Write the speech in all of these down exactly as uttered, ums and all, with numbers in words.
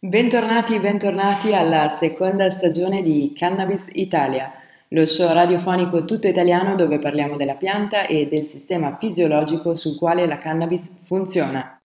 Bentornati, bentornati alla seconda stagione di Cannabis Italia, lo show radiofonico tutto italiano dove parliamo della pianta e del sistema fisiologico sul quale la cannabis funziona.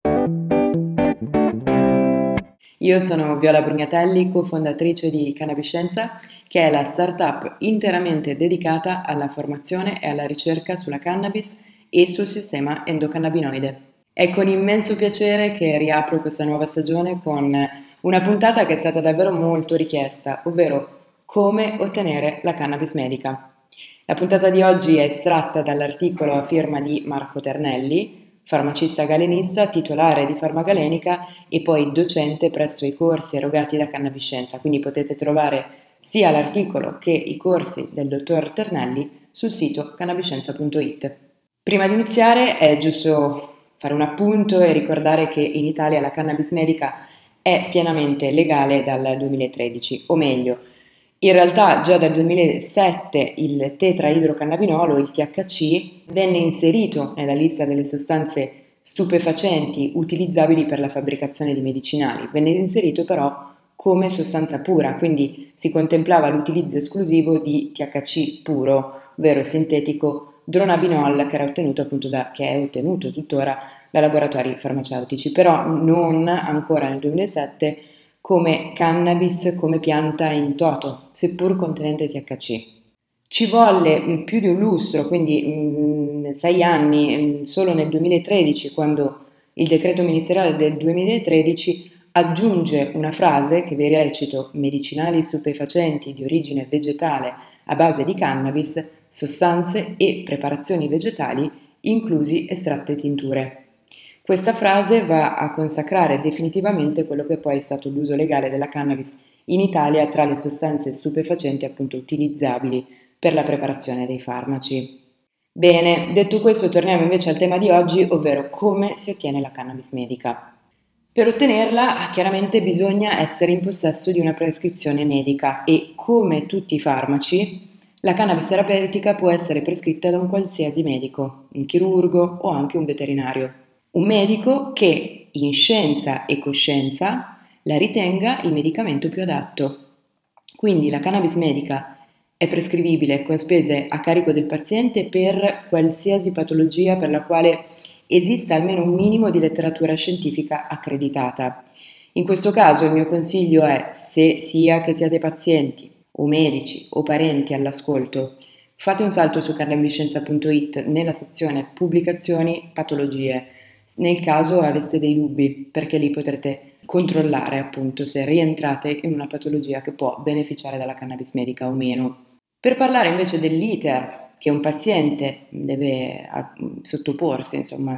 Io sono Viola Brugnatelli, cofondatrice di Cannabiscienza, che è la startup interamente dedicata alla formazione e alla ricerca sulla cannabis e sul sistema endocannabinoide. È con immenso piacere che riapro questa nuova stagione con una puntata che è stata davvero molto richiesta, ovvero come ottenere la cannabis medica. La puntata di oggi è estratta dall'articolo a firma di Marco Ternelli, farmacista galenista, titolare di Farmagalenica e poi docente presso i corsi erogati da Cannabiscienza, quindi potete trovare sia l'articolo che i corsi del dottor Ternelli sul sito cannabiscienza punto it. Prima di iniziare è giusto fare un appunto e ricordare che in Italia la cannabis medica è pienamente legale dal duemilatredici, o meglio, in realtà già dal duemilasette il tetraidrocannabinolo, il T H C, venne inserito nella lista delle sostanze stupefacenti utilizzabili per la fabbricazione di medicinali. Venne inserito però come sostanza pura, quindi si contemplava l'utilizzo esclusivo di T H C puro, ovvero sintetico dronabinol, che era ottenuto appunto da, che è ottenuto tuttora da laboratori farmaceutici, però non ancora nel duemilasette come cannabis come pianta in toto, seppur contenente T H C. Ci volle più di un lustro, quindi mh, sei anni, mh, solo nel duemilatredici, quando il decreto ministeriale del duemilatredici aggiunge una frase che vi recito: medicinali stupefacenti di origine vegetale a base di cannabis, sostanze e preparazioni vegetali, inclusi estratti e tinture. Questa frase va a consacrare definitivamente quello che poi è stato l'uso legale della cannabis in Italia tra le sostanze stupefacenti appunto utilizzabili per la preparazione dei farmaci. Bene, detto questo torniamo invece al tema di oggi, ovvero come si ottiene la cannabis medica. Per ottenerla chiaramente bisogna essere in possesso di una prescrizione medica e, come tutti i farmaci, la cannabis terapeutica può essere prescritta da un qualsiasi medico, un chirurgo o anche un veterinario. Un medico che, in scienza e coscienza, la ritenga il medicamento più adatto. Quindi la cannabis medica è prescrivibile con spese a carico del paziente per qualsiasi patologia per la quale esista almeno un minimo di letteratura scientifica accreditata. In questo caso il mio consiglio è, se sia che siate pazienti o medici o parenti all'ascolto, fate un salto su cannabiscienza punto it nella sezione pubblicazioni patologie, nel caso aveste dei dubbi, perché lì potrete controllare appunto se rientrate in una patologia che può beneficiare dalla cannabis medica o meno. Per parlare invece dell'iter che un paziente deve sottoporsi, insomma,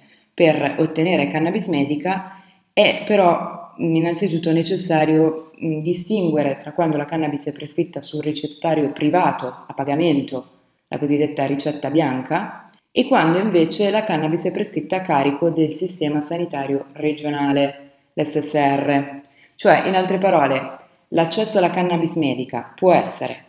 per ottenere cannabis medica, è però innanzitutto necessario distinguere tra quando la cannabis è prescritta su un ricettario privato a pagamento, la cosiddetta ricetta bianca, e quando invece la cannabis è prescritta a carico del sistema sanitario regionale, l'S S R. Cioè, in altre parole, l'accesso alla cannabis medica può essere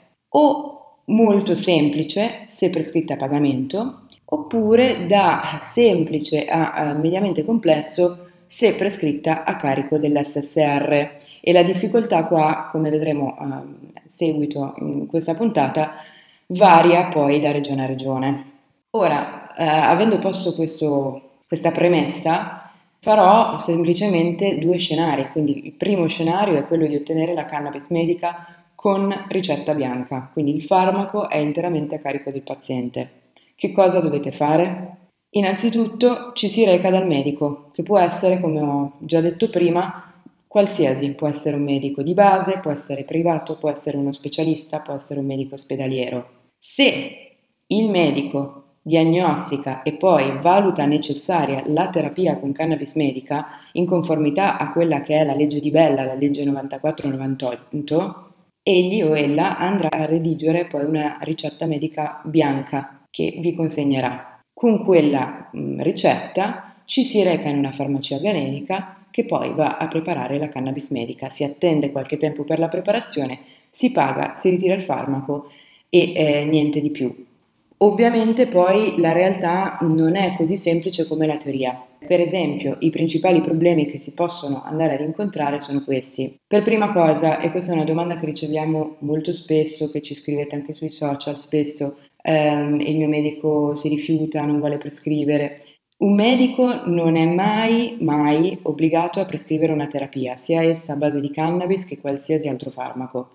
o molto semplice se prescritta a pagamento, oppure da semplice a, a mediamente complesso se prescritta a carico dell'S S R. E la difficoltà qua, come vedremo a seguito in questa puntata, varia poi da regione a regione. Ora, eh, avendo posto questo, questa premessa, farò semplicemente due scenari. Quindi il primo scenario è quello di ottenere la cannabis medica con ricetta bianca, quindi il farmaco è interamente a carico del paziente. Che cosa dovete fare? Innanzitutto ci si reca dal medico, che può essere, come ho già detto prima, qualsiasi, può essere un medico di base, può essere privato, può essere uno specialista, può essere un medico ospedaliero. Se il medico diagnostica e poi valuta necessaria la terapia con cannabis medica in conformità a quella che è la legge di Bella, la legge novantaquattro novantotto, egli o ella andrà a redigere poi una ricetta medica bianca che vi consegnerà. Con quella mh, ricetta ci si reca in una farmacia galenica che poi va a preparare la cannabis medica, si attende qualche tempo per la preparazione, si paga, si ritira il farmaco e eh, niente di più. Ovviamente poi la realtà non è così semplice come la teoria. Per esempio, i principali problemi che si possono andare ad incontrare sono questi. Per prima cosa, e questa è una domanda che riceviamo molto spesso, che ci scrivete anche sui social spesso, ehm, il mio medico si rifiuta, non vuole prescrivere. Un medico non è mai, mai obbligato a prescrivere una terapia, sia essa a base di cannabis che qualsiasi altro farmaco,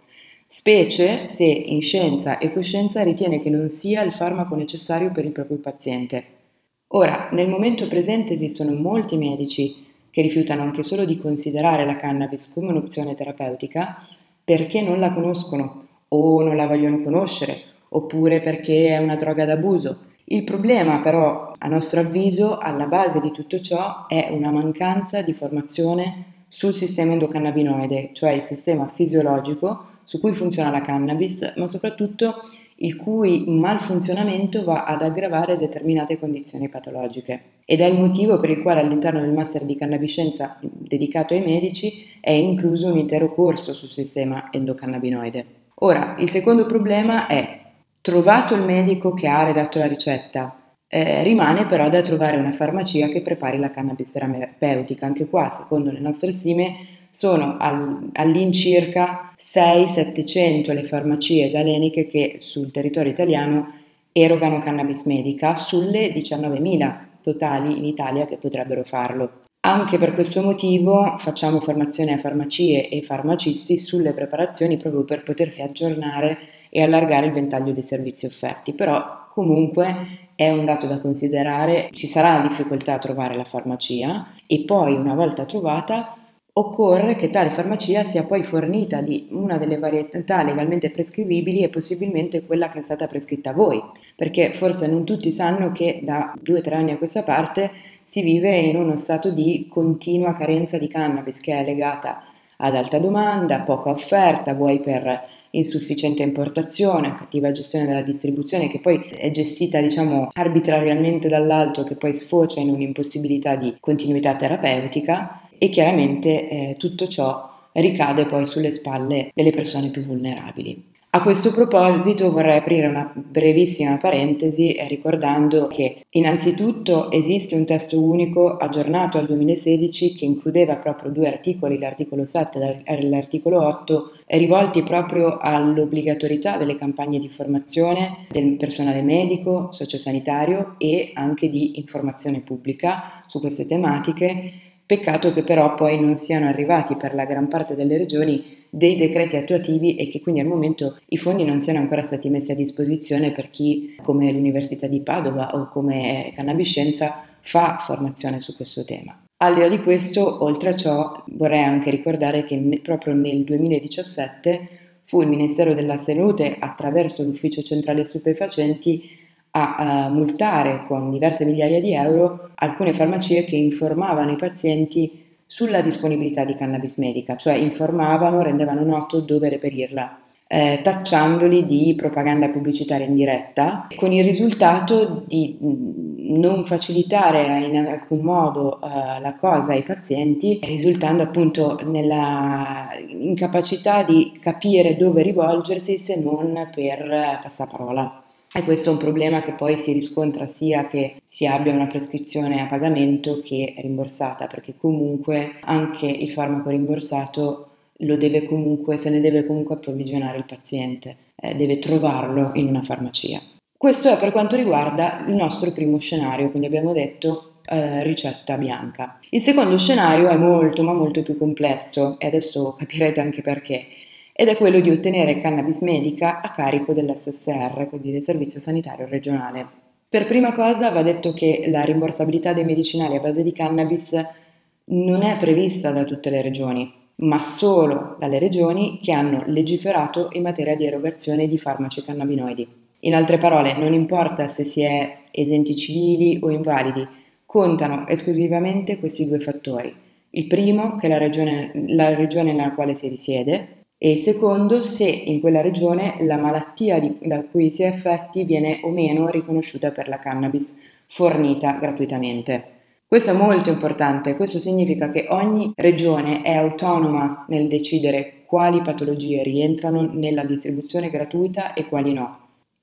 specie se in scienza e coscienza ritiene che non sia il farmaco necessario per il proprio paziente. Ora, nel momento presente esistono molti medici che rifiutano anche solo di considerare la cannabis come un'opzione terapeutica perché non la conoscono o non la vogliono conoscere, oppure perché è una droga d'abuso. Il problema però, a nostro avviso, alla base di tutto ciò è una mancanza di formazione sul sistema endocannabinoide, cioè il sistema fisiologico su cui funziona la cannabis, ma soprattutto il cui malfunzionamento va ad aggravare determinate condizioni patologiche. Ed è il motivo per il quale all'interno del master di cannabiscienza dedicato ai medici è incluso un intero corso sul sistema endocannabinoide. Ora, il secondo problema è: trovato il medico che ha redatto la ricetta, eh, rimane però da trovare una farmacia che prepari la cannabis terapeutica. Anche qua, secondo le nostre stime, sono al, all'incirca sei settecento le farmacie galeniche che sul territorio italiano erogano cannabis medica sulle diciannovemila totali in Italia che potrebbero farlo. Anche per questo motivo facciamo formazione a farmacie e farmacisti sulle preparazioni proprio per potersi aggiornare e allargare il ventaglio dei servizi offerti, però comunque è un dato da considerare, ci sarà la difficoltà a trovare la farmacia e poi una volta trovata occorre che tale farmacia sia poi fornita di una delle varietà legalmente prescrivibili e possibilmente quella che è stata prescritta a voi, perché forse non tutti sanno che da due o tre anni a questa parte si vive in uno stato di continua carenza di cannabis che è legata ad alta domanda, poca offerta, vuoi per insufficiente importazione, cattiva gestione della distribuzione che poi è gestita diciamo arbitrariamente dall'alto, che poi sfocia in un'impossibilità di continuità terapeutica e chiaramente eh, tutto ciò ricade poi sulle spalle delle persone più vulnerabili. A questo proposito vorrei aprire una brevissima parentesi eh, ricordando che innanzitutto esiste un testo unico aggiornato al duemilasedici che includeva proprio due articoli, l'articolo sette e l'articolo otto, rivolti proprio all'obbligatorietà delle campagne di formazione del personale medico, sociosanitario e anche di informazione pubblica su queste tematiche. Peccato che però poi non siano arrivati per la gran parte delle regioni dei decreti attuativi e che quindi al momento i fondi non siano ancora stati messi a disposizione per chi, come l'Università di Padova o come Cannabiscienza, fa formazione su questo tema. Al di là di questo, oltre a ciò, vorrei anche ricordare che proprio nel duemiladiciassette fu il Ministero della Salute, attraverso l'Ufficio Centrale Stupefacenti, a, a multare con diverse migliaia di euro alcune farmacie che informavano i pazienti sulla disponibilità di cannabis medica, cioè informavano, rendevano noto dove reperirla, eh, tacciandoli di propaganda pubblicitaria indiretta, con il risultato di mh, non facilitare in alcun modo uh, la cosa ai pazienti, risultando appunto nella incapacità di capire dove rivolgersi se non per uh, passaparola. E questo è un problema che poi si riscontra sia che si abbia una prescrizione a pagamento che rimborsata, perché comunque anche il farmaco rimborsato lo deve comunque, se ne deve comunque approvvigionare il paziente, eh, deve trovarlo in una farmacia. Questo è per quanto riguarda il nostro primo scenario, quindi abbiamo detto eh, ricetta bianca. Il secondo scenario è molto ma molto più complesso e adesso capirete anche perché. Ed è quello di ottenere cannabis medica a carico dell'S S R, quindi del Servizio Sanitario Regionale. Per prima cosa va detto che la rimborsabilità dei medicinali a base di cannabis non è prevista da tutte le regioni, ma solo dalle regioni che hanno legiferato in materia di erogazione di farmaci cannabinoidi. In altre parole, non importa se si è esenti civili o invalidi, contano esclusivamente questi due fattori. Il primo, che è la regione, la regione nella quale si risiede, e il secondo, se in quella regione la malattia di, da cui si è affetti viene o meno riconosciuta per la cannabis fornita gratuitamente. Questo è molto importante, questo significa che ogni regione è autonoma nel decidere quali patologie rientrano nella distribuzione gratuita e quali no.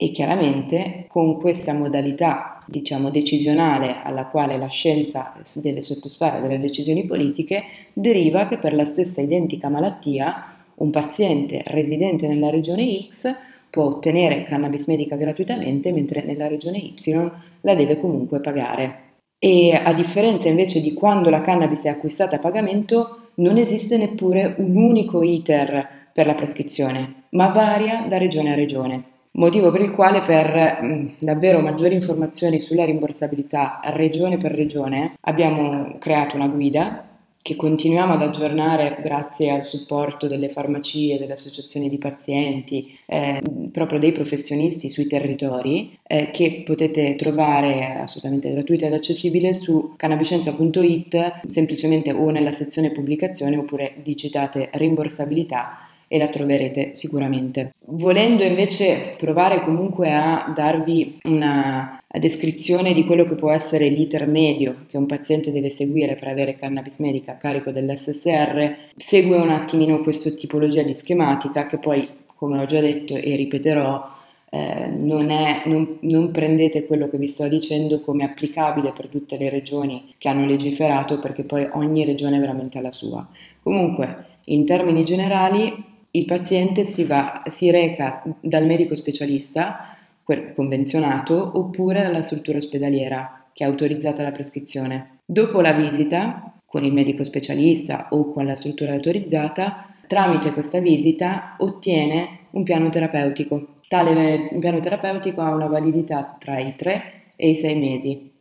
E chiaramente con questa modalità, diciamo, decisionale alla quale la scienza deve sottostare delle decisioni politiche, deriva che per la stessa identica malattia un paziente residente nella regione X può ottenere cannabis medica gratuitamente, mentre nella regione Y la deve comunque pagare. E a differenza invece di quando la cannabis è acquistata a pagamento, non esiste neppure un unico iter per la prescrizione, ma varia da regione a regione. Motivo per il quale per mh, davvero maggiori informazioni sulla rimborsabilità regione per regione abbiamo creato una guida che continuiamo ad aggiornare grazie al supporto delle farmacie, delle associazioni di pazienti, eh, proprio dei professionisti sui territori, eh, che potete trovare assolutamente gratuita ed accessibile su cannabiscienza punto it, semplicemente o nella sezione pubblicazione, oppure digitate rimborsabilità e la troverete sicuramente. Volendo invece provare comunque a darvi una descrizione di quello che può essere l'iter medio che un paziente deve seguire per avere cannabis medica a carico dell'esse esse erre, segue un attimino questa tipologia di schematica che poi, come ho già detto e ripeterò, eh, non, è, non, non prendete quello che vi sto dicendo come applicabile per tutte le regioni che hanno legiferato, perché poi ogni regione veramente ha la sua. Comunque, in termini generali, il paziente si, va, si reca dal medico specialista convenzionato oppure dalla struttura ospedaliera che è autorizzata alla prescrizione. Dopo la visita con il medico specialista o con la struttura autorizzata, tramite questa visita ottiene un piano terapeutico. Tale piano terapeutico ha una validità tra i tre e i sei mesi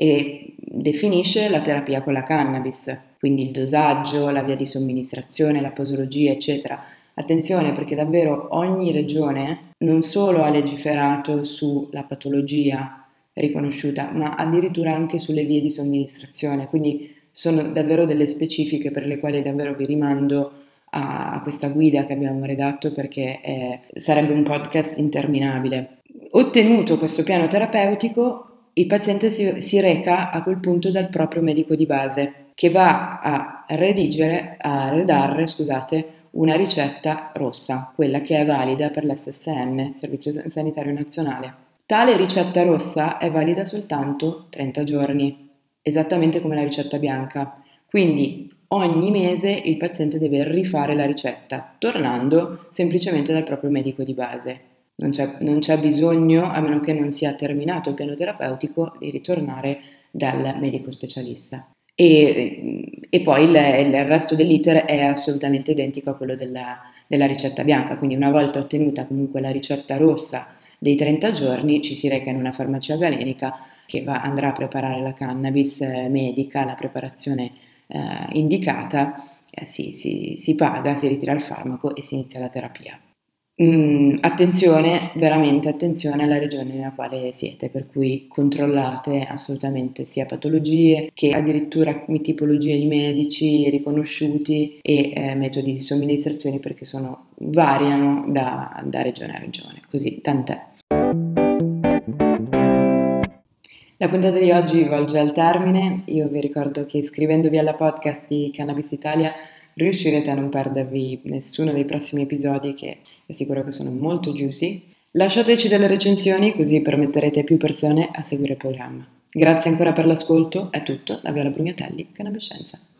e definisce la terapia con la cannabis, quindi il dosaggio, la via di somministrazione, la posologia, eccetera. Attenzione, perché davvero ogni regione non solo ha legiferato sulla patologia riconosciuta, ma addirittura anche sulle vie di somministrazione, quindi sono davvero delle specifiche per le quali davvero vi rimando a, a questa guida che abbiamo redatto, perché è, sarebbe un podcast interminabile. Ottenuto questo piano terapeutico, il paziente si, si reca a quel punto dal proprio medico di base, che va a redigere, a redarre, scusate, una ricetta rossa, quella che è valida per l'esse esse enne, Servizio Sanitario Nazionale. Tale ricetta rossa è valida soltanto trenta giorni, esattamente come la ricetta bianca. Quindi ogni mese il paziente deve rifare la ricetta, tornando semplicemente dal proprio medico di base. Non c'è, non c'è bisogno, a meno che non sia terminato il piano terapeutico, di ritornare dal medico specialista. E, e poi il, il resto dell'iter è assolutamente identico a quello della, della ricetta bianca, quindi una volta ottenuta comunque la ricetta rossa dei trenta giorni ci si reca in una farmacia galenica che va, andrà a preparare la cannabis eh, medica, la preparazione eh, indicata, eh, si, si, si paga, si ritira il farmaco e si inizia la terapia. Mm, attenzione, veramente attenzione alla regione nella quale siete, per cui controllate assolutamente sia patologie che addirittura tipologie di medici riconosciuti e eh, metodi di somministrazione, perché sono, variano da, da regione a regione, così tant'è. La puntata di oggi volge al termine. Io vi ricordo che iscrivendovi alla podcast di Cannabis Italia riuscirete a non perdervi nessuno dei prossimi episodi, che è sicuro che sono molto juicy. Lasciateci delle recensioni, così permetterete a più persone a seguire il programma. Grazie ancora per l'ascolto, è tutto da Viola Brugnatelli, Cannabiscienza.